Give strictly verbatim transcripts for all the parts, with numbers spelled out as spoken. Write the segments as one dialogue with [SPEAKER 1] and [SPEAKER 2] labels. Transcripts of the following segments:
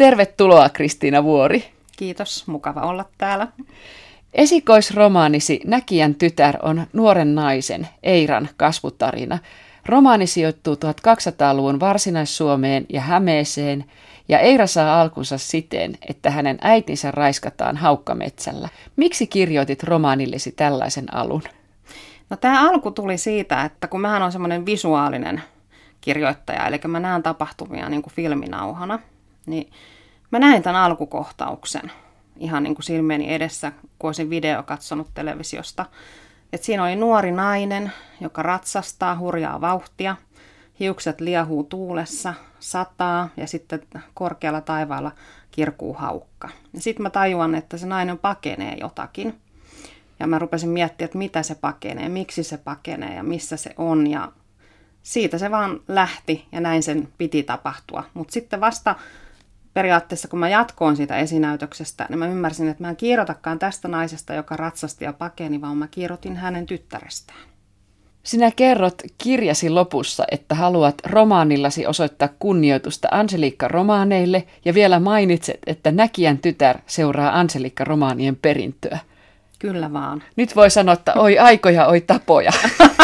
[SPEAKER 1] Tervetuloa Kristiina Vuori.
[SPEAKER 2] Kiitos, mukava olla täällä.
[SPEAKER 1] Esikoisromaanisi Näkijän tytär on nuoren naisen, Eiran, kasvutarina. Romaani sijoittuu tuhatkaksisataaluvun Varsinais-Suomeen ja Hämeeseen, ja Eira saa alkunsa siten, että hänen äitinsä raiskataan haukkametsällä. Miksi kirjoitit romaanillesi tällaisen alun?
[SPEAKER 2] No, tämä alku tuli siitä, että kun mähän on semmoinen visuaalinen kirjoittaja, eli mä näen tapahtumia niin kuin filminauhana, niin mä näin tämän alkukohtauksen ihan niin kuin silmieni edessä, kun olisin video katsonut televisiosta. Et siinä oli nuori nainen, joka ratsastaa hurjaa vauhtia, hiukset liehuu tuulessa, sataa ja sitten korkealla taivaalla kirkuu haukka. Ja sitten mä tajuan, että se nainen pakenee jotakin. Ja mä rupesin miettimään, että mitä se pakenee, miksi se pakenee ja missä se on. Ja siitä se vaan lähti ja näin sen piti tapahtua. Mutta sitten vasta periaatteessa, kun mä jatkoin siitä esinäytöksestä, niin mä ymmärsin, että mä en kirjoitakaan tästä naisesta, joka ratsasti ja pakeni, vaan mä kirjoitin hänen tyttärestään.
[SPEAKER 1] Sinä kerrot kirjasi lopussa, että haluat romaanillasi osoittaa kunnioitusta Angelikka-romaaneille ja vielä mainitset, että Näkijän tytär seuraa Angelikka-romaanien perintöä.
[SPEAKER 2] Kyllä vaan.
[SPEAKER 1] Nyt voi sanoa, että oi aikoja, oi tapoja.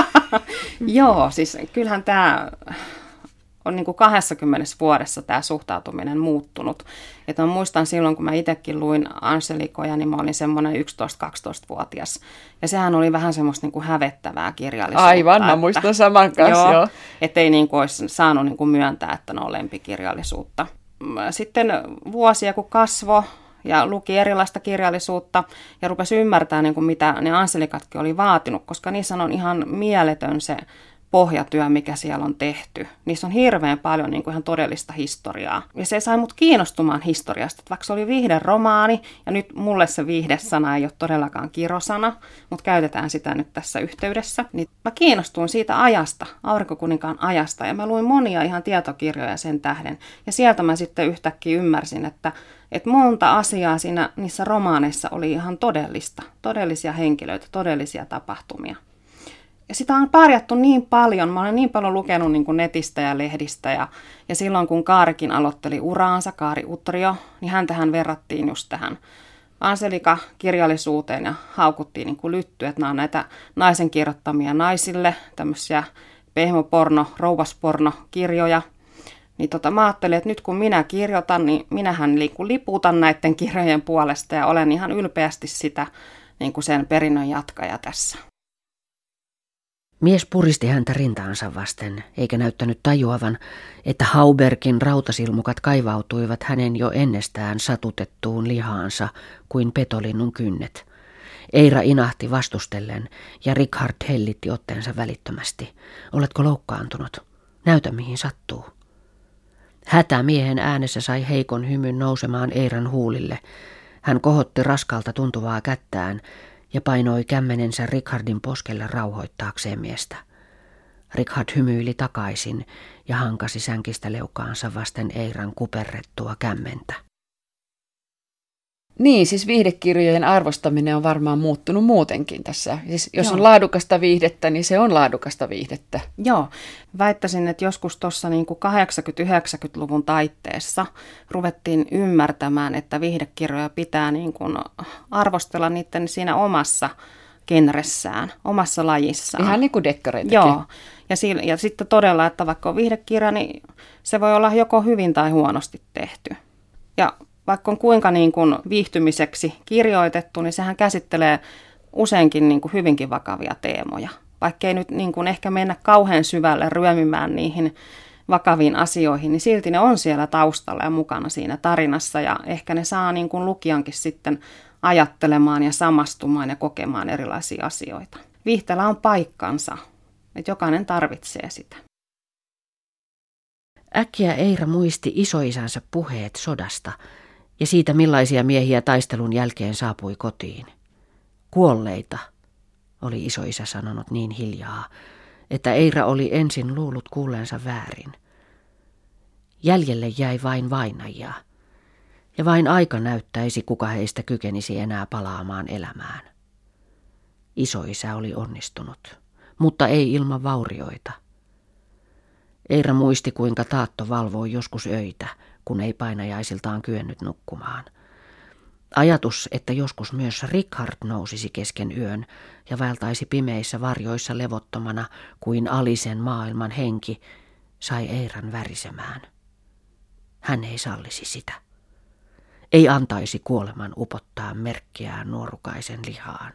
[SPEAKER 2] Joo, siis kyllähän tämä on niin kuin kahdessakymmenessä vuodessa tämä suhtautuminen muuttunut. Että mä muistan silloin, kun mä itsekin luin Angelikoja, niin mä olin semmoinen yksitoista-kaksitoista-vuotias. Ja sehän oli vähän semmoista niin kuin hävettävää kirjallisuutta.
[SPEAKER 1] Aivan, mä muistan saman kanssa, joo. joo.
[SPEAKER 2] Että ei niin kuin olisi saanut niin kuin myöntää, että ne on lempikirjallisuutta. Sitten vuosia, kun kasvoi ja luki erilaista kirjallisuutta ja rupesi ymmärtämään, niin kuin mitä ne Angelikatkin oli vaatinut, koska niissä on ihan mieletön se pohjatyö, mikä siellä on tehty. Niissä on hirveän paljon niin kuin ihan todellista historiaa. Ja se sai mut kiinnostumaan historiasta. Vaikka se oli viihderomaani, ja nyt mulle se viihdesana ei ole todellakaan kirosana, mutta käytetään sitä nyt tässä yhteydessä, niin mä kiinnostuin siitä ajasta, Aurinkokuninkaan ajasta, ja mä luin monia ihan tietokirjoja sen tähden. Ja sieltä mä sitten yhtäkkiä ymmärsin, että, että monta asiaa siinä niissä romaaneissa oli ihan todellista. Todellisia henkilöitä, todellisia tapahtumia. Ja sitä on parjattu niin paljon, mä olen niin paljon lukenut niin kuin netistä ja lehdistä, ja, ja silloin kun Kaarikin aloitteli uraansa, Kaari Utrio, niin häntähän verrattiin just tähän Angelika-kirjallisuuteen ja haukuttiin niin kuin lytty, että nämä on näitä naisen kirjoittamia naisille, tämmöisiä pehmoporno, rouvasporno-kirjoja. Niin tota, mä ajattelin, että nyt kun minä kirjoitan, niin minähän liputan näiden kirjojen puolesta ja olen ihan ylpeästi sitä niin kuin sen perinnön jatkaja tässä.
[SPEAKER 3] Mies puristi häntä rintaansa vasten, eikä näyttänyt tajuavan, että Haubergin rautasilmukat kaivautuivat hänen jo ennestään satutettuun lihaansa kuin petolinnun kynnet. Eira inahti vastustellen ja Richard hellitti otteensa välittömästi. Oletko loukkaantunut? Näytä mihin sattuu. Hätämiehen äänessä sai heikon hymyn nousemaan Eiran huulille. Hän kohotti raskalta tuntuvaa kättään ja painoi kämmenensä Richardin poskelle rauhoittaakseen miestä. Richard hymyili takaisin ja hankasi sänkistä leukaansa vasten Eiran kuperrettua kämmentä.
[SPEAKER 1] Niin, siis viihdekirjojen arvostaminen on varmaan muuttunut muutenkin tässä. Siis jos
[SPEAKER 2] Joo.
[SPEAKER 1] on laadukasta viihdettä, niin se on laadukasta viihdettä.
[SPEAKER 2] Joo, väittäisin, että joskus tuossa niin kuin kahdeksankymmentä-yhdeksänkymmentäluvun taitteessa ruvettiin ymmärtämään, että viihdekirjoja pitää niin kuin arvostella niiden siinä omassa genressään, omassa lajissaan.
[SPEAKER 1] Ihan niin kuin dekkareitakin.
[SPEAKER 2] Joo, ja, si- ja sitten todella, että vaikka on viihdekirja, niin se voi olla joko hyvin tai huonosti tehty. Ja vaikka on kuinka niin kuin viihtymiseksi kirjoitettu, niin sehän käsittelee useinkin niin kuin hyvinkin vakavia teemoja. Vaikka ei nyt niin kuin ehkä mennä kauhean syvälle ryömimään niihin vakaviin asioihin, niin silti ne on siellä taustalla ja mukana siinä tarinassa. Ja ehkä ne saa niin kuin lukijankin sitten ajattelemaan ja samastumaan ja kokemaan erilaisia asioita. Viihteellä on paikkansa, että jokainen tarvitsee sitä.
[SPEAKER 3] Äkkiä Eira muisti isoisänsä puheet sodasta ja siitä, millaisia miehiä taistelun jälkeen saapui kotiin. Kuolleita, oli isoisä sanonut niin hiljaa, että Eira oli ensin luullut kuulleensa väärin. Jäljelle jäi vain vainajia, ja vain aika näyttäisi, kuka heistä kykenisi enää palaamaan elämään. Isoisä oli onnistunut, mutta ei ilman vaurioita. Eira muisti, kuinka Taatto valvoi joskus öitä, kun ei painajaisiltaan kyennyt nukkumaan. Ajatus, että joskus myös Richard nousisi kesken yön ja vaeltaisi pimeissä varjoissa levottomana kuin alisen maailman henki, sai Eiran värisemään. Hän ei sallisi sitä. Ei antaisi kuoleman upottaa merkkiään nuorukaisen lihaan.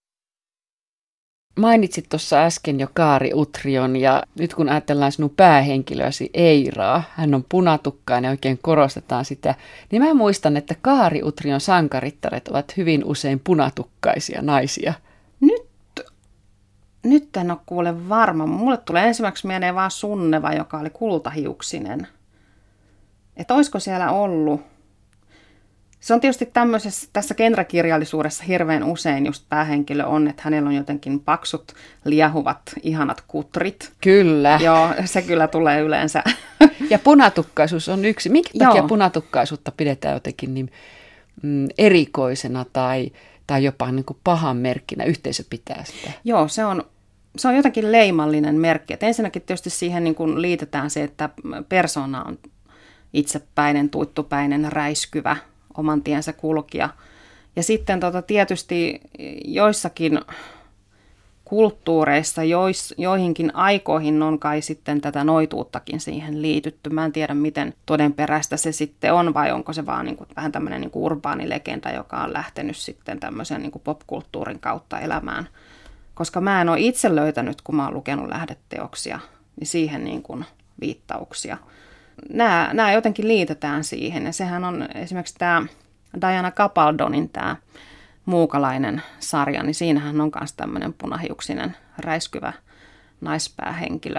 [SPEAKER 1] Mainitsit tuossa äsken jo Kaari Utrion ja nyt kun ajatellaan sinun päähenkilöäsi Eiraa, hän on punatukkainen ja oikein korostetaan sitä, niin mä muistan, että Kaari Utrion sankarittaret ovat hyvin usein punatukkaisia naisia.
[SPEAKER 2] Nyt, nyt en ole kuule varma. Mulle tulee ensimmäiseksi mieleen vaan Sunneva, joka oli kultahiuksinen. Että olisiko siellä ollut? Se on tietysti tämmöisessä, tässä genrekirjallisuudessa hirveän usein just päähenkilö on, että hänellä on jotenkin paksut, liehuvat, ihanat kutrit.
[SPEAKER 1] Kyllä.
[SPEAKER 2] Joo, se kyllä tulee yleensä.
[SPEAKER 1] Ja punatukkaisuus on yksi. Minkä takia
[SPEAKER 2] Joo.
[SPEAKER 1] punatukkaisuutta pidetään jotenkin niin mm, erikoisena tai, tai jopa niin kuin pahan merkkinä? Yhteisö pitää sitä.
[SPEAKER 2] Joo, se on, se on jotenkin leimallinen merkki. Et ensinnäkin tietysti siihen niin kuin liitetään se, että persoona on itsepäinen, tuittupäinen, räiskyvä, oman tiensä kulkija. Ja sitten tota, tietysti joissakin kulttuureissa, jois, joihinkin aikoihin on kai sitten tätä noituuttakin siihen liitytty. Mä en tiedä, miten todenperäistä se sitten on, vai onko se vaan niin kuin, vähän tämmöinen niin kuin urbaani legenda, joka on lähtenyt sitten tämmöisen niin kuin popkulttuurin kautta elämään. Koska mä en ole itse löytänyt, kun mä oon lukenut lähdeteoksia, niin siihen niin kuin viittauksia. Nämä, nämä jotenkin liitetään siihen, ja sehän on esimerkiksi tämä Diana Gabaldonin tämä Muukalainen sarja, niin siinähän on myös tämmöinen punahiuksinen, räiskyvä naispäähenkilö.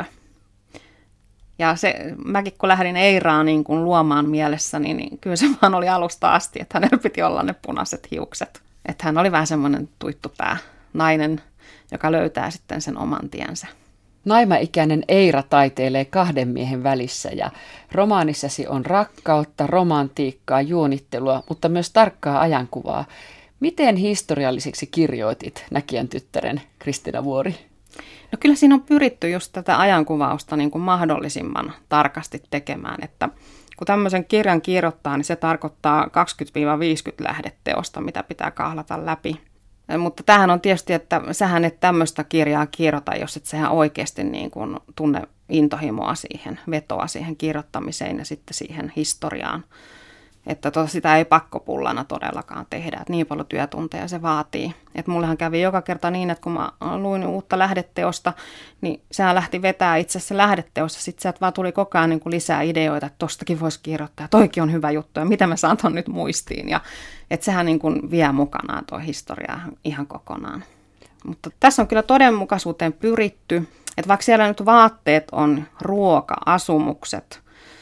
[SPEAKER 2] Ja se, mäkin kun lähdin Eiraa niin kun luomaan mielessäni, niin kyllä se vaan oli alusta asti, että hänellä piti olla ne punaiset hiukset. Että hän oli vähän semmoinen tuittupää nainen, joka löytää sitten sen oman tiensä.
[SPEAKER 1] Naimaikäinen Eira taiteilee kahden miehen välissä ja romaanissasi on rakkautta, romantiikkaa, juonittelua, mutta myös tarkkaa ajankuvaa. Miten historialliseksi kirjoitit Näkijän tyttären, Kristiina Vuori?
[SPEAKER 2] No kyllä siinä on pyritty just tätä ajankuvausta niin kuin mahdollisimman tarkasti tekemään, että kun tämmöisen kirjan kirjoittaa, niin se tarkoittaa kaksikymmentä viisikymmentä lähdeteosta, mitä pitää kahlata läpi. Mutta tämähän on tietysti, että sähän et tämmöistä kirjaa kirjoita, jos et sehän oikeasti niin kuin tunne intohimoa siihen, vetoa siihen kirjoittamiseen ja sitten siihen historiaan. Että tota, sitä ei pakkopullana todellakaan tehdä, että niin paljon työtunteja se vaatii. Että mullehan kävi joka kerta niin, että kun mä luin uutta lähdeteosta, niin sehän lähti vetää itse asiassa lähdeteossa. Sitten sieltä vaan tuli koko ajan niin kuin lisää ideoita, että tostakin voisi kirjoittaa, ja toikin on hyvä juttu, ja mitä mä saan ton nyt muistiin. Ja, että sehän niin kuin vie mukanaan tuo historia ihan kokonaan. Mutta tässä on kyllä todenmukaisuuteen pyritty, että vaikka siellä nyt vaatteet on ruoka, asumukset,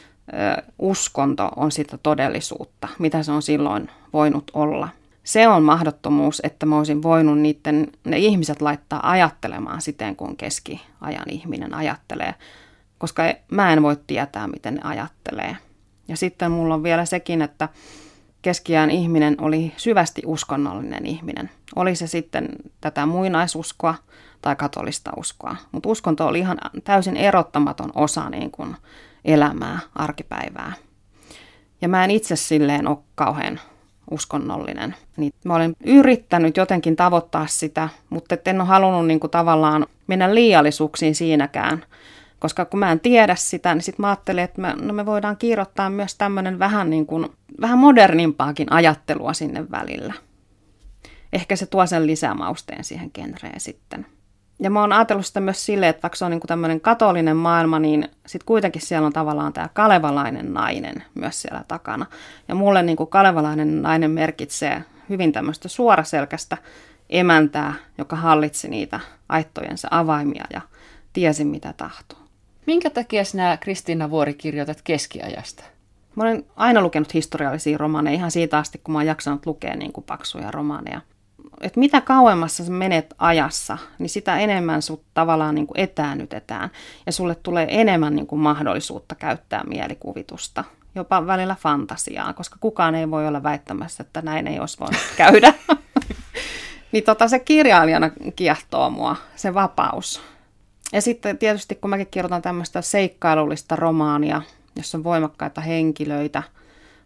[SPEAKER 2] uskonto on sitä todellisuutta, mitä se on silloin voinut olla. Se on mahdottomuus, että mä olisin voinut niiden, ne ihmiset laittaa ajattelemaan siten, kun keskiajan ihminen ajattelee, koska mä en voi tietää, miten ne ajattelee. Ja sitten mulla on vielä sekin, että keskiajan ihminen oli syvästi uskonnollinen ihminen. Oli se sitten tätä muinaisuskoa tai katolista uskoa, mutta uskonto oli ihan täysin erottamaton osa niin kuin elämää, arkipäivää. Ja mä en itse silleen ole kauhean uskonnollinen. Niin mä olen yrittänyt jotenkin tavoittaa sitä, mutta en ole halunnut niin kuin tavallaan mennä liiallisuuksiin siinäkään. Koska kun mä en tiedä sitä, niin sitten mä ajattelin, että me, no me voidaan kirjoittaa myös tämmöinen vähän, niin kuin, vähän modernimpaakin ajattelua sinne välillä. Ehkä se tuo sen lisämausteen siihen genreen sitten. Ja mä oon ajatellut sitä myös silleen, että vaikka se on niin kuin tämmöinen katolinen maailma, niin sitten kuitenkin siellä on tavallaan tämä kalevalainen nainen myös siellä takana. Ja mulle niin kuin kalevalainen nainen merkitsee hyvin tämmöistä suoraselkäistä emäntää, joka hallitsi niitä aittojensa avaimia ja tiesi mitä tahtoo.
[SPEAKER 1] Minkä takia sinä, Kristiina Vuori, kirjoitat keskiajasta?
[SPEAKER 2] Mä olen aina lukenut historiallisia romaaneja ihan siitä asti, kun mä oon jaksanut lukea niin kuin paksuja romaaneja. Että mitä kauemmassa sä menet ajassa, niin sitä enemmän sut tavallaan niin kuin etäännytetään. Ja sulle tulee enemmän niin kuin mahdollisuutta käyttää mielikuvitusta, jopa välillä fantasiaa, koska kukaan ei voi olla väittämässä, että näin ei olisi voinut käydä. Niin tota, se kirjailijana kiehtoo mua, se vapaus. Ja sitten tietysti kun mäkin kirjoitan tämmöistä seikkailullista romaania, jossa on voimakkaita henkilöitä,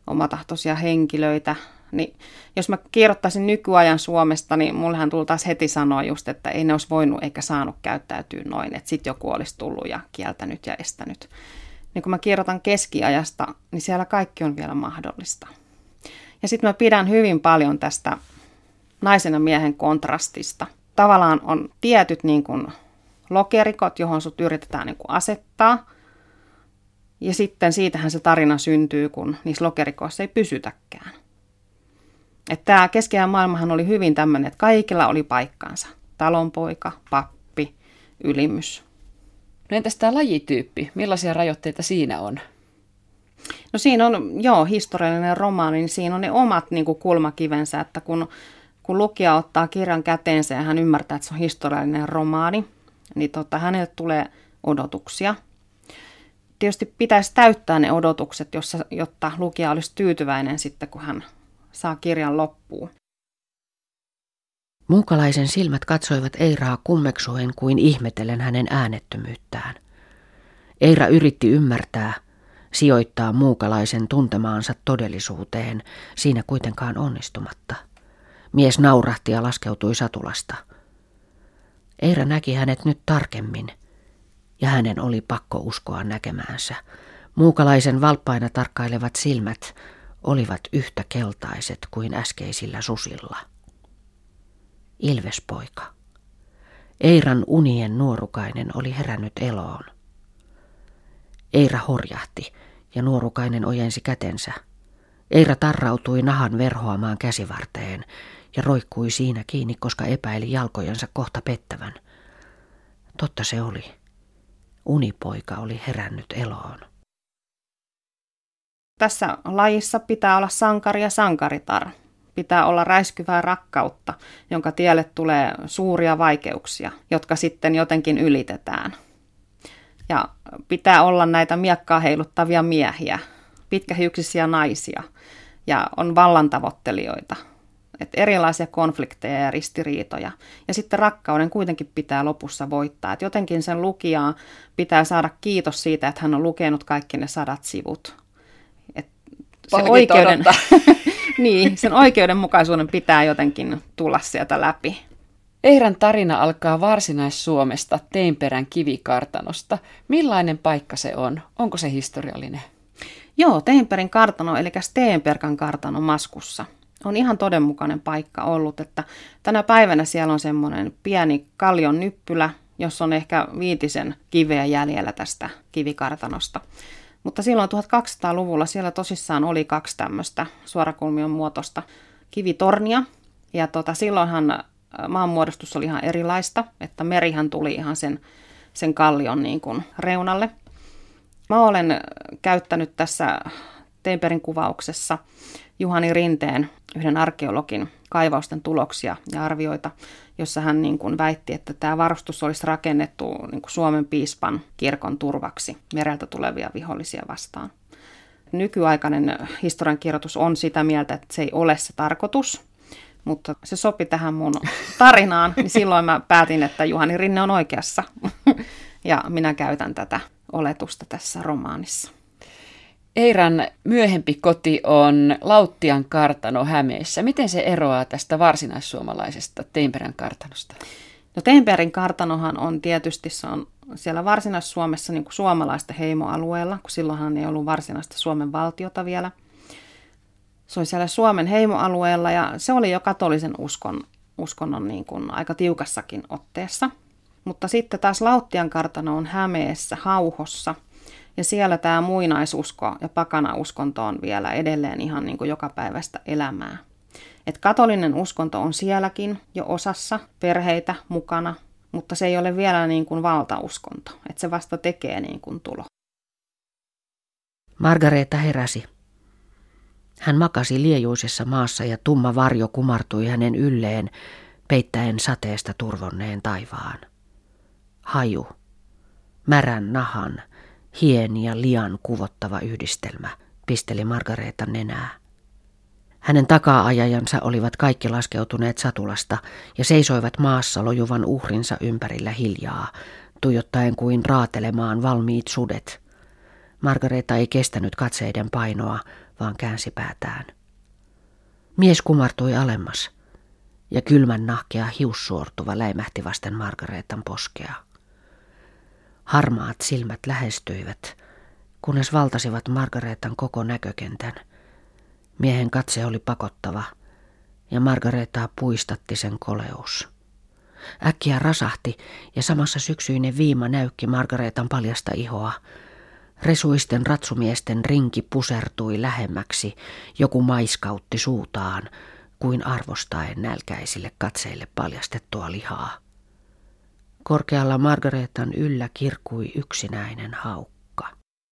[SPEAKER 2] omatahtoisia henkilöitä. Niin jos mä kirjoittaisin nykyajan Suomesta, niin mullehan tuli taas heti sanoa just, että ei ne olisi voinut eikä saanut käyttäytyä noin, että sitten joku olisi tullut ja kieltänyt ja estänyt. Niin kun mä kirjoitan keskiajasta, niin siellä kaikki on vielä mahdollista. Ja sitten mä pidän hyvin paljon tästä naisen ja miehen kontrastista. Tavallaan on tietyt niin kuin lokerikot, johon sut yritetään niin kuin asettaa. Ja sitten siitähän se tarina syntyy, kun niissä lokerikoissa ei pysytäkään. Että tämä keskiajan maailmahan oli hyvin tämmöinen, että kaikilla oli paikkansa. Talonpoika, pappi, ylimys.
[SPEAKER 1] No entäs tämä lajityyppi? Millaisia rajoitteita siinä on?
[SPEAKER 2] No siinä on, joo, historiallinen romaani, niin siinä on ne omat niin kuin kulmakivensä, että kun, kun lukija ottaa kirjan käteensä ja hän ymmärtää, että se on historiallinen romaani, niin tota, hänelle tulee odotuksia. Tietysti pitäisi täyttää ne odotukset, jossa, jotta lukija olisi tyytyväinen sitten, kun hän saa kirjan loppuun.
[SPEAKER 3] Muukalaisen silmät katsoivat Eiraa kummeksuen kuin ihmetellen hänen äänettömyyttään. Eira yritti ymmärtää, sijoittaa muukalaisen tuntemaansa todellisuuteen, siinä kuitenkaan onnistumatta. Mies naurahti ja laskeutui satulasta. Eira näki hänet nyt tarkemmin, ja hänen oli pakko uskoa näkemäänsä. Muukalaisen valppaina tarkkailevat silmät olivat yhtä keltaiset kuin äskeisillä susilla. Ilvespoika. Eiran unien nuorukainen oli herännyt eloon. Eira horjahti ja nuorukainen ojensi kätensä. Eira tarrautui nahan verhoamaan käsivarteen ja roikkui siinä kiinni, koska epäili jalkojensa kohta pettävän. Totta se oli. Unipoika oli herännyt eloon.
[SPEAKER 2] Tässä lajissa pitää olla sankari ja sankaritar. Pitää olla räiskyvää rakkautta, jonka tielle tulee suuria vaikeuksia, jotka sitten jotenkin ylitetään. Ja pitää olla näitä miekkaa heiluttavia miehiä, pitkähiuksisia naisia ja on vallantavoittelijoita. Et erilaisia konflikteja ja ristiriitoja. Ja sitten rakkauden kuitenkin pitää lopussa voittaa. Et jotenkin sen lukijaa pitää saada kiitos siitä, että hän on lukenut kaikki ne sadat sivut. Et se oikeuden, niin, sen oikeudenmukaisuuden pitää jotenkin tulla sieltä läpi.
[SPEAKER 1] Eiran tarina alkaa Varsinais-Suomesta Teinperän kivikartanosta. Millainen paikka se on? Onko se historiallinen?
[SPEAKER 2] Joo, Teinperin kartano, eli Steenperkan kartano Maskussa, on ihan todenmukainen paikka ollut, että tänä päivänä siellä on semmoinen pieni kallion nyppylä, jossa on ehkä viitisen kiveä jäljellä tästä kivikartanosta. Mutta silloin tuhatkaksisataaluvulla siellä tosissaan oli kaksi tämmöistä suorakulmion muotoista kivitornia. Ja tota, silloinhan maanmuodostus oli ihan erilaista, että merihän tuli ihan sen, sen kallion niin kuin reunalle. Mä olen käyttänyt tässä Teinperin kuvauksessa Juhani Rinteen, yhden arkeologin, kaivausten tuloksia ja arvioita, jossa hän niin kuin väitti, että tämä varustus olisi rakennettu niin kuin Suomen piispan kirkon turvaksi mereltä tulevia vihollisia vastaan. Nykyaikainen historiankirjoitus on sitä mieltä, että se ei ole se tarkoitus, mutta se sopi tähän mun tarinaan, niin silloin mä päätin, että Juhani Rinne on oikeassa ja minä käytän tätä oletusta tässä romaanissa.
[SPEAKER 1] Eiran myöhempi koti on Lauttian kartano Hämeessä. Miten se eroaa tästä varsinaissuomalaisesta Teinperän kartanosta?
[SPEAKER 2] No Teinperin kartanohan on tietysti se on siellä Varsinais-Suomessa niin kuin suomalaisten heimoalueella, kun silloinhan ei ollut varsinaista Suomen valtiota vielä. Se oli siellä Suomen heimoalueella ja se oli jo katolisen uskon, uskonnon niin kuin aika tiukassakin otteessa. Mutta sitten taas Lauttian kartano on Hämeessä, Hauhossa. Ja siellä tämä muinaisusko ja pakanauskonto on vielä edelleen ihan niin kuin jokapäiväistä elämää. Et katolinen uskonto on sielläkin jo osassa perheitä mukana, mutta se ei ole vielä niin kuin valtauskonto. Et se vasta tekee niin kuin tulo.
[SPEAKER 3] Margareetta heräsi. Hän makasi liejuisessa maassa ja tumma varjo kumartui hänen ylleen, peittäen sateesta turvonneen taivaan. Haju, märän nahan, hien ja lian kuvottava yhdistelmä pisteli Margareetan nenää. Hänen takaa-ajajansa olivat kaikki laskeutuneet satulasta ja seisoivat maassa lojuvan uhrinsa ympärillä hiljaa, tuijottaen kuin raatelemaan valmiit sudet. Margareetta ei kestänyt katseiden painoa, vaan käänsi päätään. Mies kumartui alemmas, ja kylmän nahkea hiussuortuva läimähti vasten Margaretan poskea. Harmaat silmät lähestyivät, kunnes valtasivat Margaretan koko näkökentän. Miehen katse oli pakottava, ja Margaretaa puistatti sen koleus. Äkkiä rasahti, ja samassa syksyinen viima näykki Margaretan paljasta ihoa. Resuisten ratsumiesten rinki pusertui lähemmäksi, joku maiskautti suutaan, kuin arvostaen nälkäisille katseille paljastettua lihaa. Korkealla Margaretan yllä kirkui yksinäinen haukka.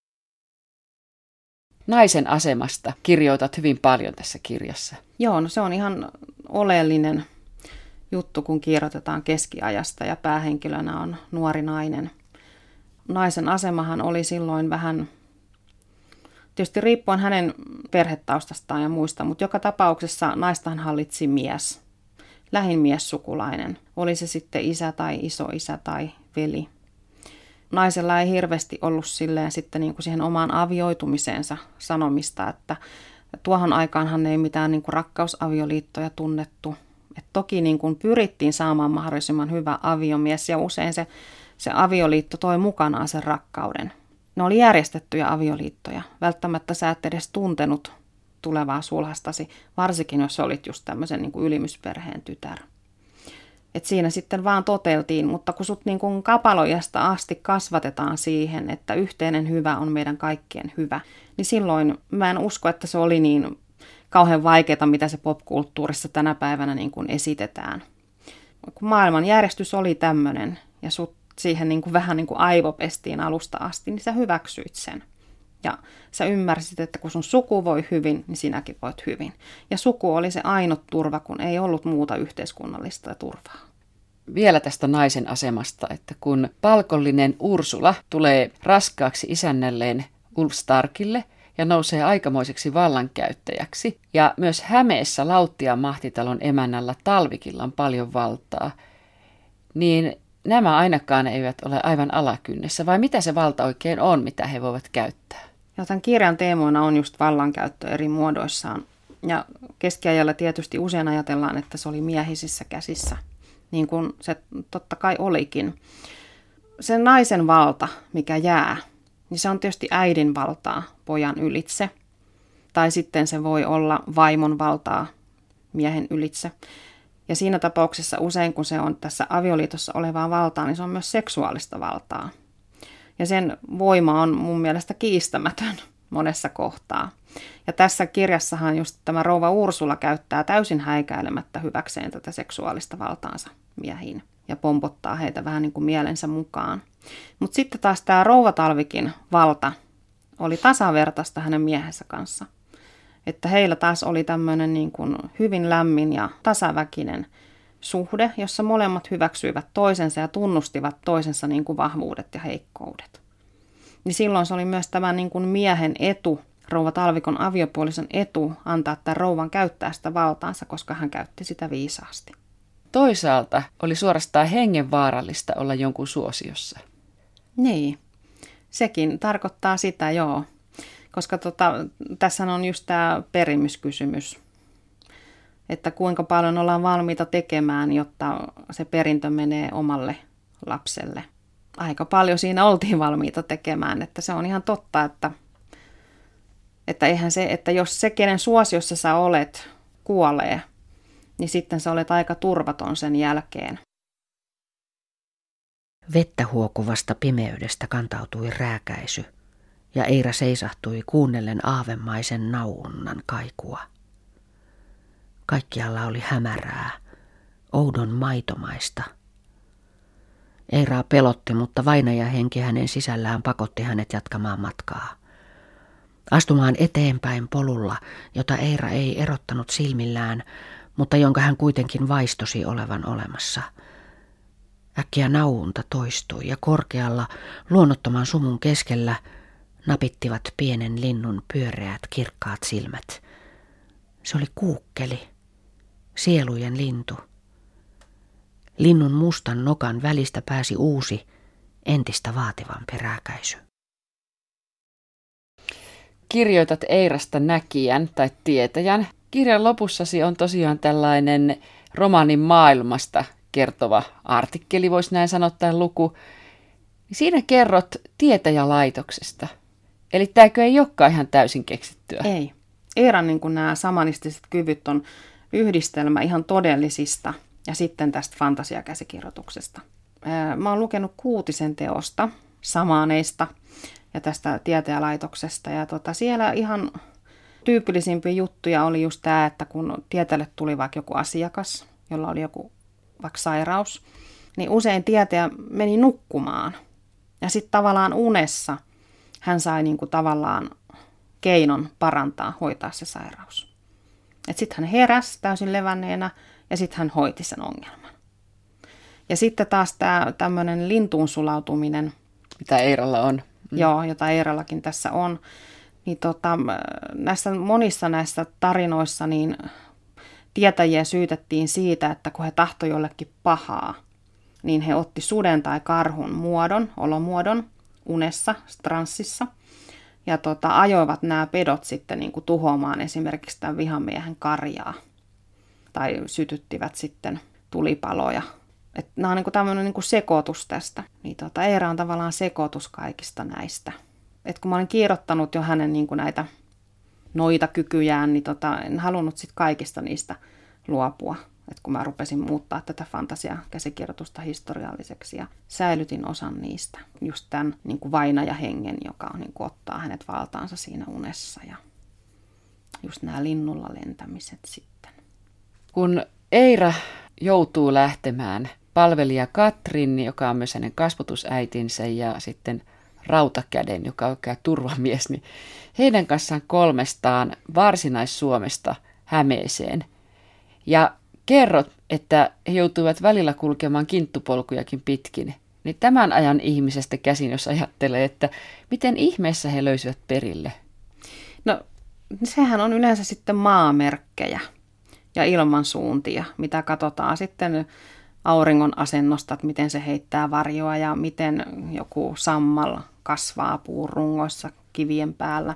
[SPEAKER 1] Naisen asemasta kirjoitat hyvin paljon tässä kirjassa.
[SPEAKER 2] Joo, no se on ihan oleellinen juttu, kun kirjoitetaan keskiajasta ja päähenkilönä on nuori nainen. Naisen asemahan oli silloin vähän, tietysti riippuen hänen perhetaustastaan ja muista, mutta joka tapauksessa naistahan hallitsi mies, lähin miessukulainen. Oli se sitten isä tai isoisä tai veli. Naisella ei hirveästi ollut silleen sitten niin kuin siihen omaan avioitumiseensa sanomista, että tuohon aikaanhan ei mitään niin kuin rakkausavioliittoja tunnettu. Et toki niin kuin pyrittiin saamaan mahdollisimman hyvä aviomies ja usein se, se avioliitto toi mukanaan sen rakkauden. Ne oli järjestettyjä avioliittoja. Välttämättä sä et edes tuntenut tulevaa sulhastasi, varsinkin jos olit just tämmöisen niin kuin ylimysperheen tytär. Et siinä sitten vaan toteltiin, mutta kun sut niin kuin kapalojasta asti kasvatetaan siihen, että yhteinen hyvä on meidän kaikkien hyvä, niin silloin mä en usko, että se oli niin kauhean vaikeaa, mitä se popkulttuurissa tänä päivänä niin kuin esitetään. Kun maailman järjestys oli tämmöinen ja sut siihen niin kuin vähän niin kuin aivopestiin alusta asti, niin sä hyväksyit sen. Ja sä ymmärsit, että kun sun suku voi hyvin, niin sinäkin voit hyvin. Ja suku oli se ainut turva, kun ei ollut muuta yhteiskunnallista turvaa.
[SPEAKER 1] Vielä tästä naisen asemasta, että kun palkollinen Ursula tulee raskaaksi isännälleen Ulfstarkille ja nousee aikamoiseksi vallankäyttäjäksi, ja myös Hämeessä Lauttian mahtitalon emännällä Talvikilla on paljon valtaa, niin nämä ainakaan eivät ole aivan alakynnessä, vai mitä se valta oikein on, mitä he voivat käyttää?
[SPEAKER 2] Ja tämän kirjan teemoina on just vallankäyttö eri muodoissaan. Ja keskiajalla tietysti usein ajatellaan, että se oli miehisissä käsissä, niin kuin se totta kai olikin. Se naisen valta, mikä jää, niin se on tietysti äidin valtaa pojan ylitse. Tai sitten se voi olla vaimon valtaa miehen ylitse. Ja siinä tapauksessa usein, kun se on tässä avioliitossa olevaa valtaa, niin se on myös seksuaalista valtaa. Ja sen voima on mun mielestä kiistämätön monessa kohtaa. Ja tässä kirjassahan just tämä rouva Ursula käyttää täysin häikäilemättä hyväkseen tätä seksuaalista valtaansa miehiin ja pompottaa heitä vähän niin kuin mielensä mukaan. Mutta sitten taas tämä rouva Talvikin valta oli tasavertaista hänen miehensä kanssa. Että heillä taas oli tämmöinen niin kuin hyvin lämmin ja tasaväkinen suhde, jossa molemmat hyväksyivät toisensa ja tunnustivat toisensa niin kuin vahvuudet ja heikkoudet. Niin silloin se oli myös tämän niin kuin miehen etu, rouva Talvikon aviopuolison etu, antaa tämän rouvan käyttää sitä valtaansa, koska hän käytti sitä viisaasti.
[SPEAKER 1] Toisaalta oli suorastaan hengenvaarallista olla jonkun suosiossa.
[SPEAKER 2] Niin, sekin tarkoittaa sitä, joo. Koska tota, tässä on just tämä perimyskysymys, että kuinka paljon ollaan valmiita tekemään, jotta se perintö menee omalle lapselle. Aika paljon siinä oltiin valmiita tekemään, että se on ihan totta, että, että eihän se, että jos se, kenen suosiossa sä olet, kuolee, niin sitten sä olet aika turvaton sen jälkeen.
[SPEAKER 3] Vettä huokuvasta pimeydestä kantautui rääkäisy, ja Eira seisahtui kuunnellen aavemaisen nauunnan kaikua. Kaikkialla oli hämärää, oudon maitomaista. Eiraa pelotti, mutta vainajahenki hänen sisällään pakotti hänet jatkamaan matkaa. Astumaan eteenpäin polulla, jota Eira ei erottanut silmillään, mutta jonka hän kuitenkin vaistosi olevan olemassa. Äkkiä nauunta toistui ja korkealla, luonnottoman sumun keskellä napittivat pienen linnun pyöreät kirkkaat silmät. Se oli kuukkeli, sielujen lintu. Linnun mustan nokan välistä pääsi uusi, entistä vaativampi rääkäisy.
[SPEAKER 1] kirjoitat Eirasta näkijän tai tietäjän. Kirjan lopussasi on tosiaan tällainen romaanin maailmasta kertova artikkeli, voisi näin sanoa, tai luku. Siinä kerrot tietäjälaitoksesta. Eli tämäkö ei olekaan ihan täysin keksittyä?
[SPEAKER 2] Ei. Eiran niin kuin nämä samanistiset kyvyt on yhdistelmä ihan todellisista ja sitten tästä fantasiakäsikirjoituksesta. Mä oon lukenut Kuutisen teosta, samaaneista ja tästä tietäjälaitoksesta. Ja tota, siellä ihan tyypillisimpiä juttuja oli just tämä, että kun tietäjälle tuli vaikka joku asiakas, jolla oli joku vaikka sairaus, niin usein tietäjä meni nukkumaan. Ja sitten tavallaan unessa hän sai niinku tavallaan keinon parantaa, hoitaa se sairaus. Sitten hän heräsi täysin levänneenä ja sitten hän hoiti sen ongelman. Ja sitten taas tämä tämmöinen lintuun sulautuminen.
[SPEAKER 1] Mitä Eiralla on.
[SPEAKER 2] Mm. Joo, jota Eirallakin tässä on. Niin tota, näissä, monissa näissä tarinoissa niin tietäjiä syytettiin siitä, että kun he tahtoi jollekin pahaa, niin he otti suden tai karhun muodon, olomuodon unessa, transsissa. Ja tota, ajoivat nämä pedot sitten niin kuin tuhoamaan esimerkiksi tämän vihamiehen karjaa. Tai sytyttivät sitten tulipaloja. Et nämä on niin kuin tämmöinen niin kuin sekoitus tästä. Niin tota, Eira on tavallaan sekoitus kaikista näistä. Et kun mä olen kirjoittanut jo hänen niin kuin näitä noita kykyjään, niin tota, en halunnut sit kaikista niistä luopua. Et kun mä rupesin muuttaa tätä fantasiakäsikirjoitusta historialliseksi ja säilytin osan niistä. Just tämän niin kuin vainajahengen, joka niin kuin ottaa hänet valtaansa siinä unessa ja just nämä linnulla lentämiset sitten.
[SPEAKER 1] Kun Eira joutuu lähtemään, palvelija Katrin, joka on myös hänen kasvatusäitinsä, ja sitten Rautakäden, joka on oikein turvamies, niin heidän kanssaan kolmestaan Varsinais-Suomesta Hämeeseen. Ja kerrot, että he joutuivat välillä kulkemaan kinttupolkujakin pitkin. Niin tämän ajan ihmisestä käsin, jos ajattelee, että miten ihmeessä he löysivät perille?
[SPEAKER 2] No, sehän on yleensä sitten maamerkkejä ja ilmansuuntia, mitä katsotaan sitten auringon asennosta, että miten se heittää varjoa ja miten joku sammal kasvaa puurungoissa kivien päällä.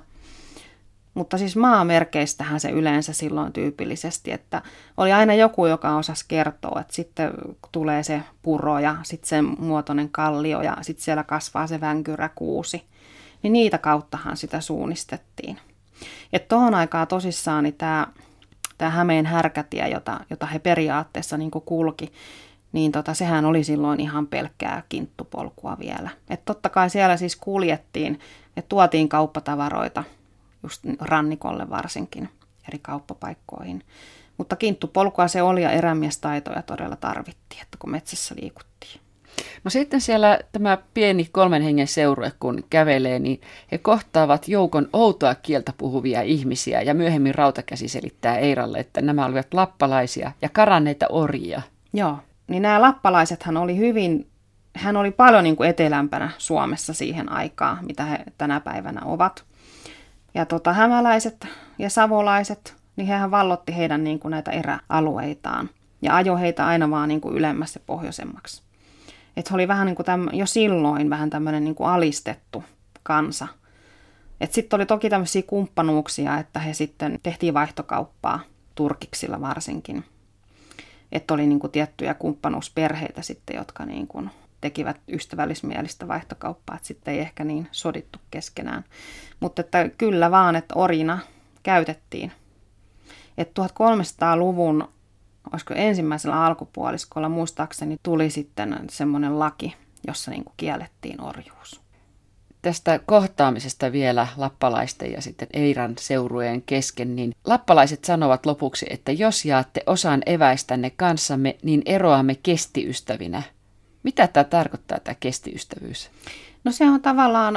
[SPEAKER 2] Mutta siis maamerkeistähän se yleensä silloin tyypillisesti, että oli aina joku, joka osasi kertoa, että sitten tulee se puro ja sitten sen muotoinen kallio ja sitten siellä kasvaa se välkyräkuusi. Niin niitä kauttahan sitä suunnistettiin. Että tuohon aikaan tosissaan niin tämä, tämä Hämeen härkätie, jota, jota he periaatteessa niin kuin kulki, niin tota, sehän oli silloin ihan pelkkää kinttupolkua vielä. Että totta kai siellä siis kuljettiin ja tuotiin kauppatavaroita just rannikolle varsinkin eri kauppapaikkoihin. Mutta kinttupolkua se oli ja erämiestaitoja todella tarvittiin, että kun metsässä liikuttiin.
[SPEAKER 1] No sitten siellä tämä pieni kolmen hengen seurue, kun kävelee, niin he kohtaavat joukon outoa kieltä puhuvia ihmisiä. Ja myöhemmin Rautakäsi selittää Eiralle, että nämä olivat lappalaisia ja karanneita orjia.
[SPEAKER 2] Joo, niin nämä lappalaisethan oli hyvin, hän oli paljon niin kuin etelämpänä Suomessa siihen aikaan, mitä he tänä päivänä ovat. Ja tota, hämäläiset ja savolaiset, niin hehän vallotti heidän niin kuin näitä eräalueitaan ja ajoi heitä aina vaan niin kuin ylemmäs ja pohjoisemmaksi. Että he oli vähän niin kuin täm, jo silloin vähän tämmöinen niin kuin alistettu kansa. Että sitten oli toki tämmöisiä kumppanuuksia, että he sitten tehtiin vaihtokauppaa turkiksilla varsinkin. Että oli niin kuin tiettyjä kumppanuusperheitä sitten, jotka niin kuin tekivät ystävällismielistä vaihtokauppaa, että sitten ei ehkä niin sodittu keskenään. Mutta että kyllä vaan, että orjina käytettiin. Että tuhatkolmesataaluvun, olisiko ensimmäisellä alkupuoliskolla, muistaakseni tuli sitten semmoinen laki, jossa niin kuin kiellettiin orjuus.
[SPEAKER 1] Tästä kohtaamisesta vielä lappalaisten ja sitten Eiran seurueen kesken, niin lappalaiset sanovat lopuksi, että jos jaatte osan eväistänne kanssamme, niin eroamme kestiystävinä. Mitä tämä tarkoittaa, tämä kestiystävyys? No se on tavallaan,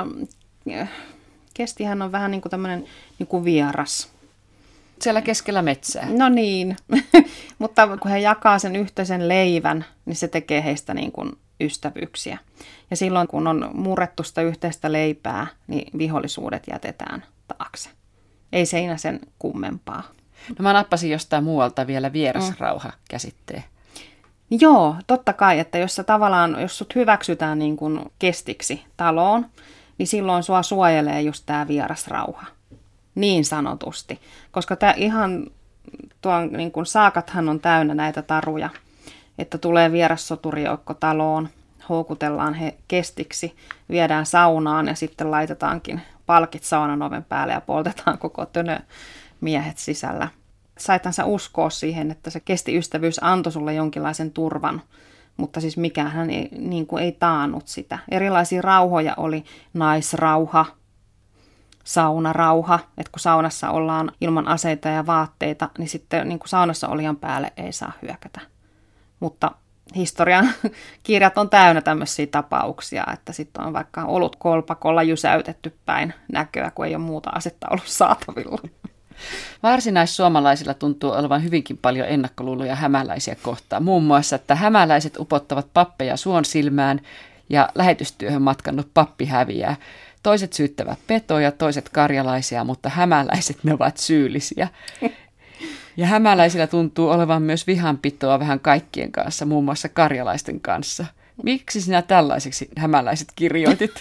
[SPEAKER 1] kestihän on vähän niin kuin tämmöinen niin kuin vieras. Siellä keskellä metsää.
[SPEAKER 2] No niin, mutta kun he jakaa sen yhteisen leivän, niin se tekee heistä niin kuin ystävyyksiä. Ja silloin kun on murrettu sitä yhteistä leipää, niin vihollisuudet jätetään taakse. Ei seinä sen kummempaa.
[SPEAKER 1] No mä nappasin jostain muualta vielä vierasrauha käsitteen.
[SPEAKER 2] Joo, totta kai, että jos sä tavallaan, jos sut hyväksytään niin kuin kestiksi taloon, niin silloin sua suojelee just tää vierasrauha. niin sanotusti. Koska tämä ihan, tuon niin kuin saakathan on täynnä näitä taruja, että tulee vierassoturijoukko taloon, houkutellaan he kestiksi, viedään saunaan ja sitten laitetaankin palkit saunan oven päälle ja poltetaan koko tönö miehet sisällä. Saitansa uskoa siihen, että se kestiystävyys antoi sulle jonkinlaisen turvan, mutta siis mikään ei, niin kuin ei taannut sitä. Erilaisia rauhoja oli naisrauha, saunarauha, että kun saunassa ollaan ilman aseita ja vaatteita, niin sitten niin kuin saunassa olijan päälle ei saa hyökätä. Mutta historian kirjat on täynnä tämmöisiä tapauksia, että sitten on vaikka ollut kolpakolla jysäytetty päin näköä, kun ei ole muuta asetta ollut saatavilla.
[SPEAKER 1] Varsinaissuomalaisilla tuntuu olevan hyvinkin paljon ennakkoluuloja hämäläisiä kohtaan. Muun muassa, että hämäläiset upottavat pappeja suon silmään ja lähetystyöhön matkannut pappi häviää. Toiset syyttävät petoja, toiset karjalaisia, mutta hämäläiset ne ovat syyllisiä. Ja hämäläisillä tuntuu olevan myös vihanpitoa vähän kaikkien kanssa, muun muassa karjalaisten kanssa. Miksi sinä tällaiseksi hämäläiset kirjoitit?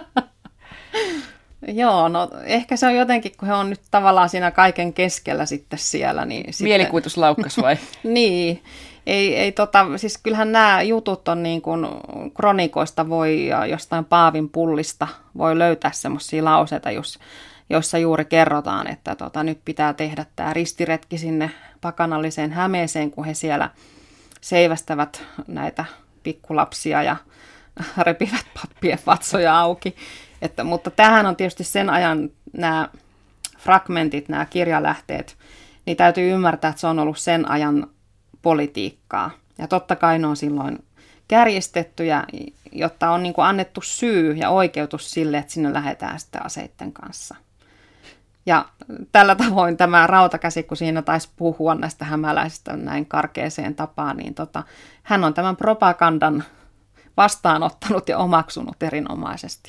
[SPEAKER 2] Joo, no ehkä se on jotenkin, kun he on nyt tavallaan siinä kaiken keskellä sitten siellä. Niin
[SPEAKER 1] Mielikuvituslaukkas vai?
[SPEAKER 2] Niin, ei, ei tota, siis kyllähän nämä jutut on niin kuin kronikoista voi ja jostain Paavin pullista voi löytää semmoisia lauseita, jos, joissa juuri kerrotaan, että tota, nyt pitää tehdä tämä ristiretki sinne pakanalliseen Hämeeseen, kun he siellä seivästävät näitä pikkulapsia ja repivät pappien vatsoja auki. Että, mutta tämähän on tietysti sen ajan nämä fragmentit, nämä kirjalähteet, niin täytyy ymmärtää, että se on ollut sen ajan politiikkaa. Ja totta kai ne on silloin kärjistettyjä, jotta on niin kuin annettu syy ja oikeutus sille, että sinne lähdetään sitten aseitten kanssa. Ja tällä tavoin tämä Rautakäsi, kun siinä taisi puhua näistä hämäläisistä näin karkeeseen tapaan, niin tota, hän on tämän propagandan vastaanottanut ja omaksunut erinomaisesti.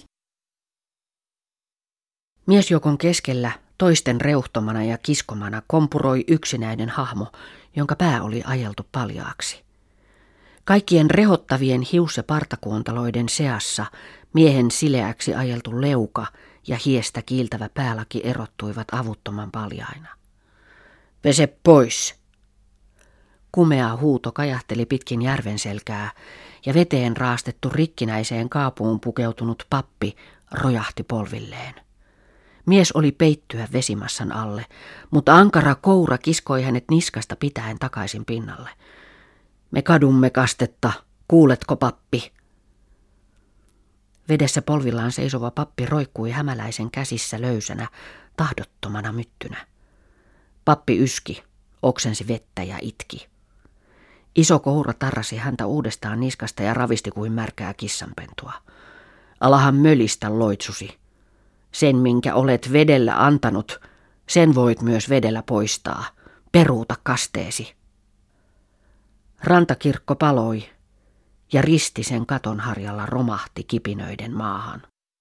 [SPEAKER 3] Miesjoukon keskellä toisten reuhtomana ja kiskomana kompuroi yksinäinen hahmo, jonka pää oli ajeltu paljaaksi. Kaikkien rehottavien hius- ja partakuontaloiden seassa miehen sileäksi ajeltu leuka ja hiestä kiiltävä päälaki erottuivat avuttoman paljaina. Pese pois! Kumea huuto kajahteli pitkin järven selkää, ja veteen raastettu rikkinäiseen kaapuun pukeutunut pappi rojahti polvilleen. Mies oli peittyä vesimassan alle, mutta ankara koura kiskoi hänet niskasta pitäen takaisin pinnalle. Me kadumme kastetta, kuuletko pappi? Vedessä polvillaan seisova pappi roikkui hämäläisen käsissä löysänä, tahdottomana myttynä. Pappi yski, oksensi vettä ja itki. Iso koura tarrasi häntä uudestaan niskasta ja ravisti kuin märkää kissanpentua. Alahan mölistä loitsusi. Sen, minkä olet vedellä antanut, sen voit myös vedellä poistaa. Peruuta kasteesi. Rantakirkko paloi ja risti sen katon harjalla romahti kipinöiden maahan.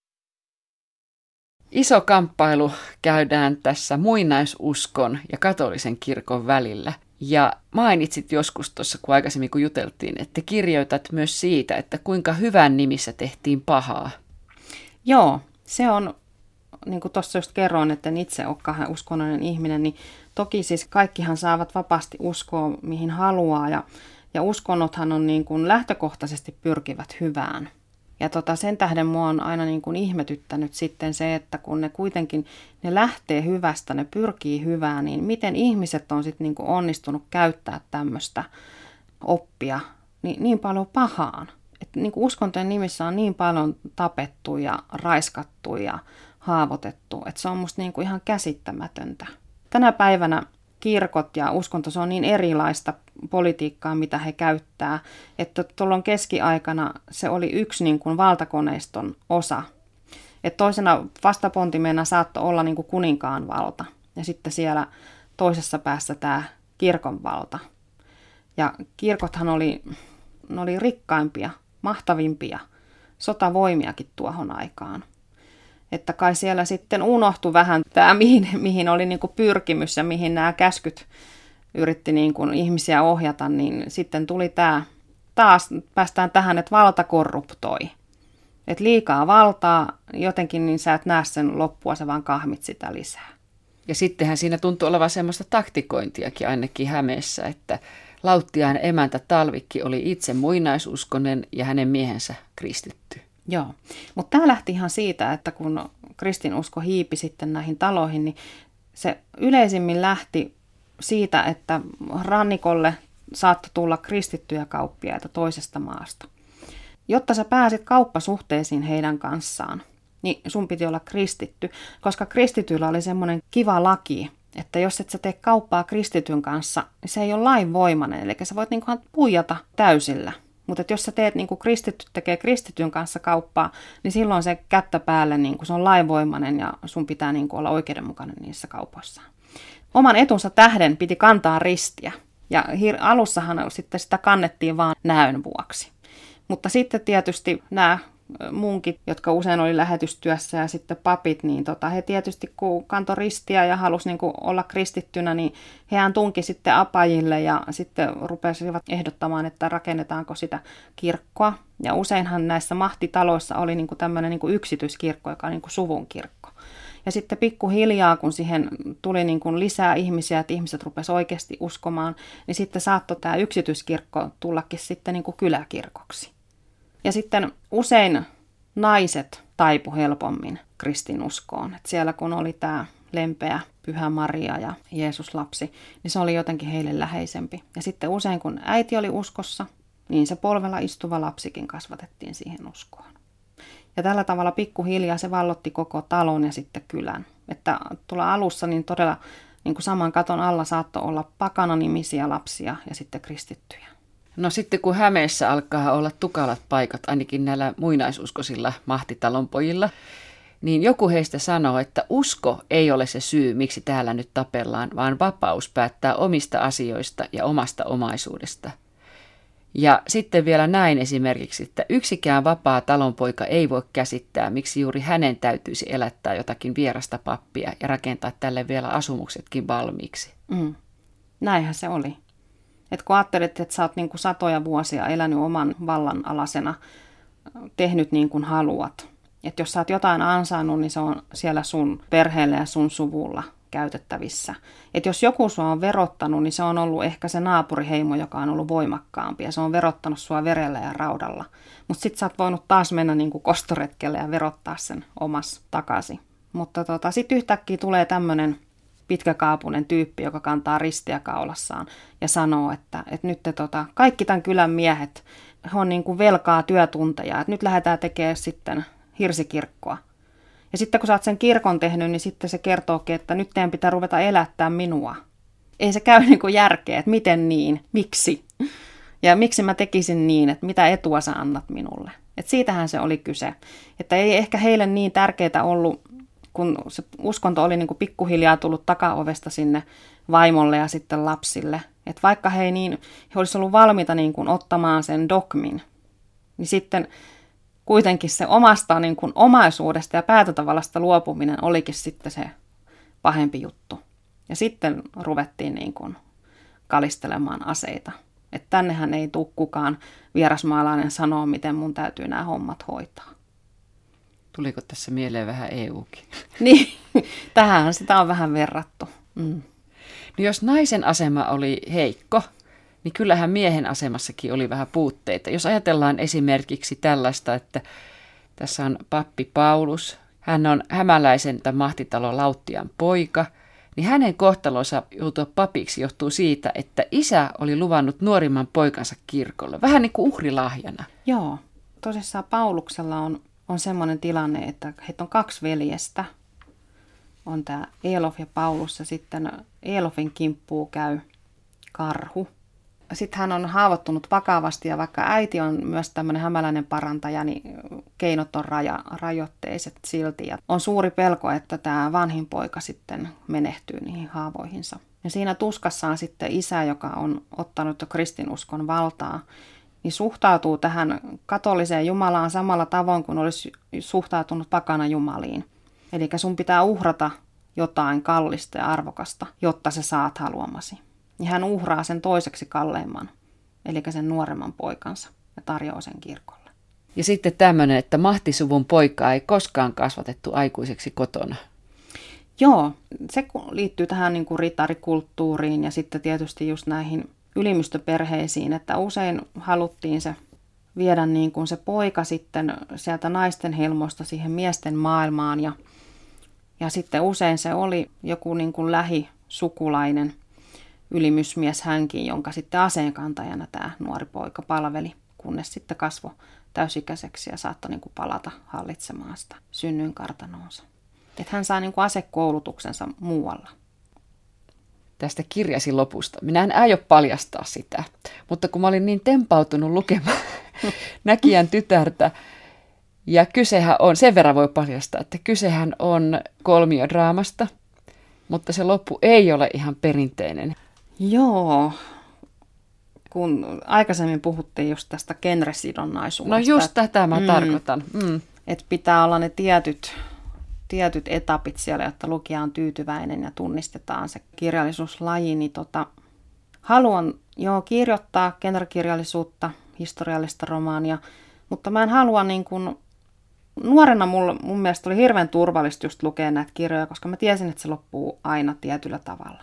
[SPEAKER 1] Iso kamppailu käydään tässä muinaisuskon ja katolisen kirkon välillä. Ja mainitsit joskus tuossa, kun aikaisemmin kun juteltiin, että kirjoitat myös siitä, että kuinka hyvän nimissä tehtiin pahaa.
[SPEAKER 2] Joo, se on, niin kuin tuossa just kerroin, että en itse ole kahden uskonnollinen ihminen, niin toki siis kaikkihan saavat vapaasti uskoa mihin haluaa ja, ja uskonnothan on niin kuin lähtökohtaisesti pyrkivät hyvään. Ja tota, sen tähden mua on aina niin kuin ihmetyttänyt sitten se, että kun ne kuitenkin ne lähtee hyvästä, ne pyrkii hyvään, niin miten ihmiset on sitten niin kuin onnistunut käyttää tämmöistä oppia niin, niin paljon pahaan. Että niin kuin uskontojen nimissä on niin paljon tapettu ja raiskattu ja haavoitettu, että se on musta niin kuin ihan käsittämätöntä. Tänä päivänä kirkot ja uskonto, se on niin erilaista politiikkaa, mitä he käyttää, että tuolloin keskiaikana se oli yksi niin kuin valtakoneiston osa. Että toisena vastapontimena saattoi olla niin kuin kuninkaan valta ja sitten siellä toisessa päässä tämä kirkon valta. Ja kirkothan oli, ne oli rikkaimpia, mahtavimpia sotavoimiakin tuohon aikaan. Että kai siellä sitten unohtui vähän tämä, mihin, mihin oli niin kuin pyrkimys ja mihin nämä käskyt yritti niin kuin ihmisiä ohjata, niin sitten tuli tämä, taas päästään tähän, että valta korruptoi. Että liikaa valtaa, jotenkin niin sä et näe sen loppua, sä vaan kahmit sitä lisää.
[SPEAKER 1] Ja sittenhän siinä tuntui olevan semmoista taktikointiakin ainakin Hämeessä, että Lauttiainen emäntä Talvikki oli itse muinaisuskonen ja hänen miehensä kristitty.
[SPEAKER 2] Joo, mutta tämä lähti ihan siitä, että kun kristinusko hiipi sitten näihin taloihin, niin se yleisimmin lähti siitä, että rannikolle saattoi tulla kristittyjä kauppiaita toisesta maasta. Jotta sä pääsit kauppasuhteisiin heidän kanssaan, niin sun piti olla kristitty, koska kristityllä oli semmoinen kiva laki, että jos et sä tee kauppaa kristityn kanssa, niin se ei ole lainvoimainen, eli sä voit niinku puijata täysillä. Mutta jos sä teet niinku kristitty tekee kristityn kanssa kauppaa, niin silloin se kättä päälle niinku, se on lainvoimainen ja sun pitää niinku olla oikeudenmukainen niissä kaupoissaan. Oman etunsa tähden piti kantaa ristiä ja hir- alussahan sitten sitä kannettiin vaan näön vuoksi. Mutta sitten tietysti nämä munkit, jotka usein oli lähetystyössä ja sitten papit, niin tota, he tietysti kun kantoi ristiä ja halusi niin kuin olla kristittynä, niin hehän tunki sitten apajille ja sitten rupesivat ehdottamaan, että rakennetaanko sitä kirkkoa. Ja useinhan näissä mahtitaloissa oli niin kuin tämmöinen niin kuin yksityiskirkko, joka on niin kuin suvun kirkko. Ja sitten pikkuhiljaa, kun siihen tuli niin kuin lisää ihmisiä, että ihmiset rupesivat oikeasti uskomaan, niin sitten saattoi tämä yksityiskirkko tullakin sitten niin kuin kyläkirkoksi. Ja sitten usein naiset taipu helpommin kristinuskoon. Et siellä kun oli tämä lempeä Pyhä Maria ja Jeesus-lapsi, niin se oli jotenkin heille läheisempi. Ja sitten usein kun äiti oli uskossa, niin se polvella istuva lapsikin kasvatettiin siihen uskoon. Ja tällä tavalla pikkuhiljaa se vallotti koko talon ja sitten kylän. Että tuolla alussa niin todella niin kuin saman katon alla saattoi olla pakana-nimisiä lapsia ja sitten kristittyjä.
[SPEAKER 1] No sitten kun Hämeessä alkaa olla tukalat paikat, ainakin näillä muinaisuskoisilla mahtitalonpojilla, niin joku heistä sanoo, että usko ei ole se syy, miksi täällä nyt tapellaan, vaan vapaus päättää omista asioista ja omasta omaisuudesta. Ja sitten vielä näin esimerkiksi, että yksikään vapaa talonpoika ei voi käsittää, miksi juuri hänen täytyisi elättää jotakin vierasta pappia ja rakentaa tälle vielä asumuksetkin valmiiksi.
[SPEAKER 2] Mm. Näinhän se oli. Et kun ajattelet, että sä oot niin kuin satoja vuosia elänyt oman vallan alasena, tehnyt niin kuin haluat. Että jos sä oot jotain ansainnut, niin se on siellä sun perheellä ja sun suvulla käytettävissä. Että jos joku sua on verottanut, niin se on ollut ehkä se naapuriheimo, joka on ollut voimakkaampi. Ja se on verottanut sua verellä ja raudalla. Mutta sit sä oot voinut taas mennä niin kuin kostoretkelle ja verottaa sen omas takaisin. Mutta tota, sit yhtäkkiä tulee tämmönen pitkäkaapunen tyyppi, joka kantaa ristiä kaulassaan ja sanoo, että, että nyt te, tota, kaikki tämän kylän miehet, he on niin kuin velkaa työtunteja, että nyt lähdetään tekemään sitten hirsikirkkoa. Ja sitten kun sä oot sen kirkon tehnyt, niin sitten se kertookin, että nyt teidän pitää ruveta elättää minua. Ei se käy niin kuin järkeä, että miten niin, miksi? Ja miksi mä tekisin niin, että mitä etua sä annat minulle? Että siitähän se oli kyse. Että ei ehkä heille niin tärkeää ollut, kun se uskonto oli niin kuin pikkuhiljaa tullut takaovesta sinne vaimolle ja sitten lapsille. Että vaikka he, niin, he olisivat olleet valmiita niin kuin ottamaan sen dogmin, niin sitten kuitenkin se omasta niin kuin omaisuudesta ja päätötavallasta luopuminen olikin sitten se pahempi juttu. Ja sitten ruvettiin niin kuin kalistelemaan aseita. Että tännehän ei tule kukaan vierasmaalainen sanoa, miten mun täytyy nämä hommat hoitaa.
[SPEAKER 1] Tuliko tässä mieleen vähän E U:kin?
[SPEAKER 2] Niin, tähän sitä on vähän verrattu. Mm.
[SPEAKER 1] No jos naisen asema oli heikko, niin kyllähän miehen asemassakin oli vähän puutteita. Jos ajatellaan esimerkiksi tällaista, että tässä on pappi Paulus, hän on hämäläisen tai mahtitalon Lauttian poika, niin hänen kohtalonsa joutua papiksi johtuu siitä, että isä oli luvannut nuorimman poikansa kirkolle, vähän niin kuin uhrilahjana.
[SPEAKER 2] Joo, tosissaan Pauluksella on, on semmoinen tilanne, että heitä on kaksi veljestä. On tämä Elof ja Paulus ja sitten Elofin kimppuu käy karhu. Sitten hän on haavoittunut vakavasti ja vaikka äiti on myös tämmöinen hämäläinen parantaja, niin keinot on raja, rajoitteiset silti. Ja on suuri pelko, että tämä vanhin poika sitten menehtyy niihin haavoihinsa. Ja siinä tuskassaan sitten isä, joka on ottanut jo kristinuskon valtaa, niin suhtautuu tähän katoliseen Jumalaan samalla tavoin kuin olisi suhtautunut pakana jumaliin. Eli sun pitää uhrata jotain kallista ja arvokasta, jotta sä saat haluamasi. Ja hän uhraa sen toiseksi kalleimman, eli sen nuoremman poikansa, ja tarjoaa sen kirkolle.
[SPEAKER 1] Ja sitten tämmöinen, että mahtisuvun poikaa ei koskaan kasvatettu aikuiseksi kotona.
[SPEAKER 2] Joo, se liittyy tähän niin kuin ritarikulttuuriin ja sitten tietysti just näihin ylimystöperheisiin, että usein haluttiin se viedä niin kuin se poika sitten sieltä naisten helmoista siihen miesten maailmaan ja, ja sitten usein se oli joku niin kuin lähisukulainen ylimysmies hänkin, jonka sitten aseenkantajana tämä nuori poika palveli, kunnes sitten kasvoi täysikäiseksi ja saattoi niin kuin palata hallitsemaan sitä synnynkartanoonsa. Että hän saa niin kuin asekoulutuksensa muualla.
[SPEAKER 1] Tästä kirjasi lopusta. Minä en aio paljastaa sitä, mutta kun mä olin niin tempautunut lukemaan Näkijän tytärtä, ja kysehän on, sen verran voi paljastaa, että kysehän on kolmiodraamasta, mutta se loppu ei ole ihan perinteinen.
[SPEAKER 2] Joo, kun aikaisemmin puhuttiin just tästä genresidonnaisuudesta.
[SPEAKER 1] No just tätä mä mm, tarkoitan. Mm.
[SPEAKER 2] Että pitää olla ne tietyt, tietyt etapit siellä, jotta lukija on tyytyväinen ja tunnistetaan se kirjallisuuslaji. Niin tota, haluan joo kirjoittaa genrekirjallisuutta, historiallista romaania, mutta mä en halua niin kuin, nuorena mulla, mun mielestä oli hirveän turvallista just lukea näitä kirjoja, koska mä tiesin, että se loppuu aina tietyllä tavalla.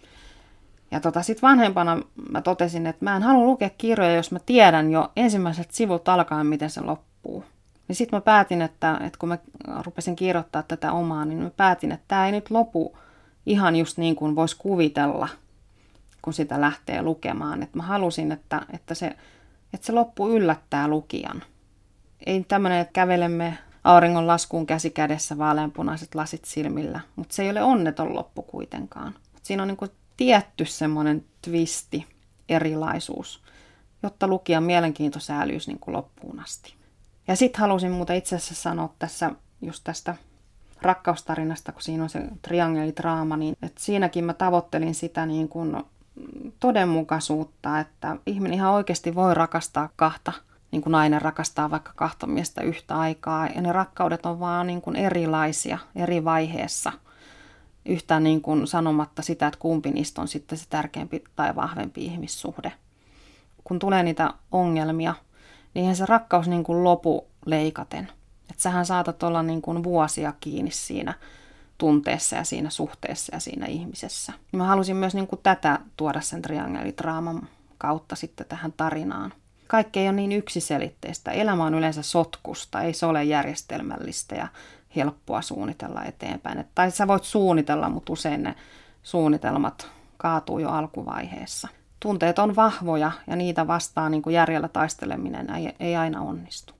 [SPEAKER 2] Ja tota, sitten vanhempana mä totesin, että mä en halua lukea kirjoja, jos mä tiedän jo ensimmäiseltä sivulta alkaen, miten se loppuu. Niin sitten mä päätin, että, että kun mä rupesin kirjoittaa tätä omaa, niin mä päätin, että tämä ei nyt lopu ihan just niin kuin voisi kuvitella, kun sitä lähtee lukemaan. Että mä halusin, että, että, se, että se loppu yllättää lukijan. Ei tämmöinen, että kävelemme auringon laskuun käsi kädessä vaaleanpunaiset lasit silmillä, mutta se ei ole onneton loppu kuitenkaan. Siinä on niin kuin tietty semmoinen twisti, erilaisuus, jotta lukijan mielenkiinto säilyisi niin kuin loppuun asti. Ja sitten halusin muuten itse asiassa sanoa tässä just tästä rakkaustarinasta, kun siinä on se triangelidraama, niin että siinäkin mä tavoittelin sitä niin kuin todenmukaisuutta, että ihminen ihan oikeasti voi rakastaa kahta, niin kuin nainen rakastaa vaikka kahta miestä yhtä aikaa, ja ne rakkaudet on vaan niin kuin erilaisia eri vaiheessa. Yhtään niin kuin sanomatta sitä, että kumpi niistä on sitten se tärkeämpi tai vahvempi ihmissuhde. Kun tulee niitä ongelmia, niin eihän se rakkaus niin kuin lopu leikaten. Että sähän saatat olla niin kuin vuosia kiinni siinä tunteessa ja siinä suhteessa ja siinä ihmisessä. Mä halusin myös niin kuin tätä tuoda sen triangelidraaman kautta sitten tähän tarinaan. Kaikki ei ole niin yksiselitteistä. Elämä on yleensä sotkusta, ei se ole järjestelmällistä ja helppoa suunnitella eteenpäin. Et, tai sä voit suunnitella, mutta usein ne suunnitelmat kaatuu jo alkuvaiheessa. Tunteet on vahvoja ja niitä vastaan niin kuin järjellä taisteleminen ei, ei aina onnistu.